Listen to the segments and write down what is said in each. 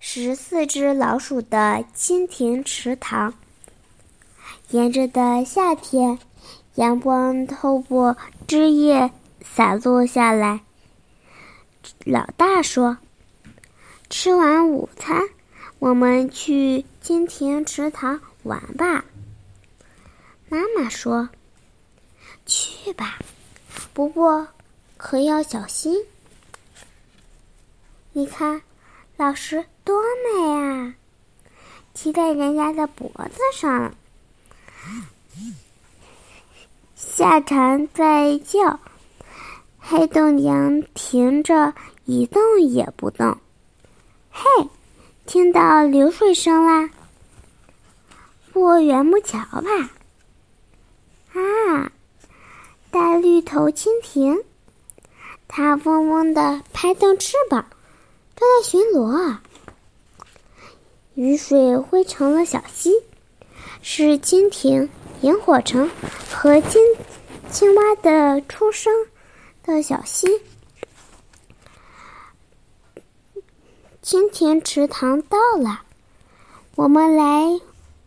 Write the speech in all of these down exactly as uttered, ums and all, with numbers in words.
十四只老鼠的蜻蜓池塘。炎热的夏天，阳光透过枝叶洒落下来。老大说：“吃完午餐，我们去蜻蜓池塘玩吧。”妈妈说：“去吧，不过可要小心。你看，老师多美啊，骑在人家的脖子上。夏蝉在叫，黑豆娘停着一动也不动。嘿，听到流水声啦，过原木桥吧。啊，大绿头蜻蜓，它嗡嗡地拍动翅膀，正在巡逻。雨水汇成了小溪，是蜻蜓、萤火虫和金青蛙的出生的小溪。蜻蜓池塘到了，我们来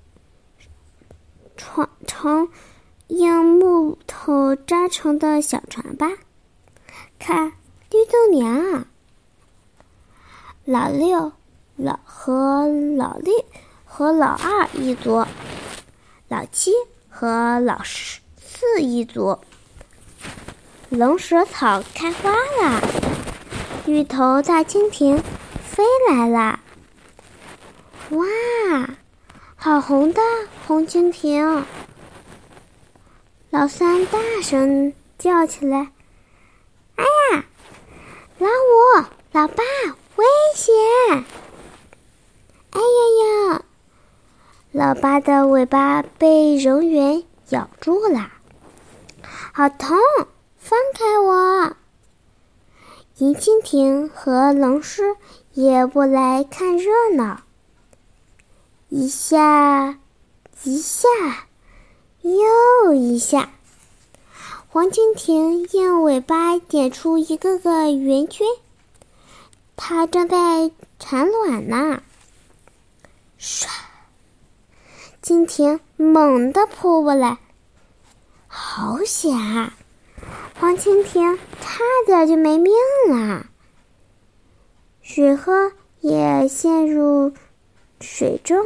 船乘用木头扎成的小船吧。看，绿豆娘、老六、老和老六和老二一组，老七和老四一组。龙舌草开花了，绿头大蜻蜓飞来了。哇，好红的红蜻蜓！老三大声叫起来：“哎呀，老五、老八，危险！”哎呀呀，老八的尾巴被蝾螈咬住了，好痛！放开我！银蜻蜓和龙狮也不来看热闹，一下一下又一下，黄蜻蜓用尾巴点出一个个圆圈，它正在产卵呢。唰，蜻蜓猛地扑过来，好险啊！黄蜻蜓差点就没命了，水鹤也陷入水中。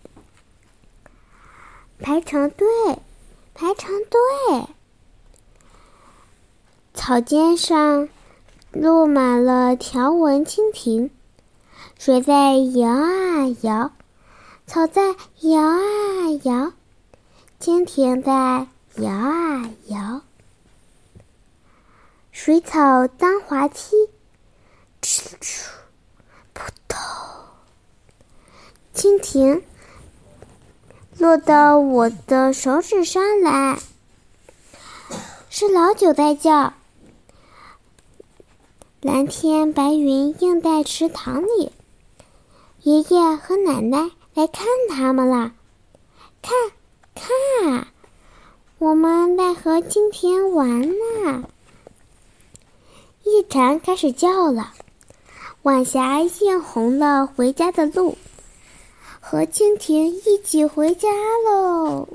排成队，排成队。草尖上落满了条纹蜻蜓，水在摇啊摇，草在摇啊摇，蜻蜓在摇啊摇。水草当滑梯，哧哧，扑通，蜻蜓落到我的手指上来。是老九在叫。蓝天白云映在池塘里，爷爷和奶奶来看他们了。看，看，我们在和蜻蜓玩呢。一蝉开始叫了，晚霞映红了回家的路，和蜻蜓一起回家喽！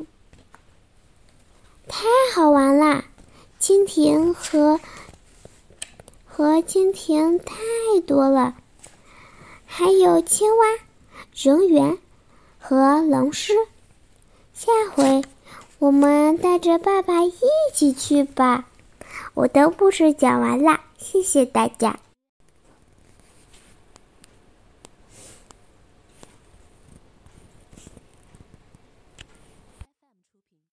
太好玩啦！蜻蜓和和蜻蜓太多了，还有青蛙、蝾螈和龙狮。下回我们带着爸爸一起去吧。我的故事讲完了，谢谢大家。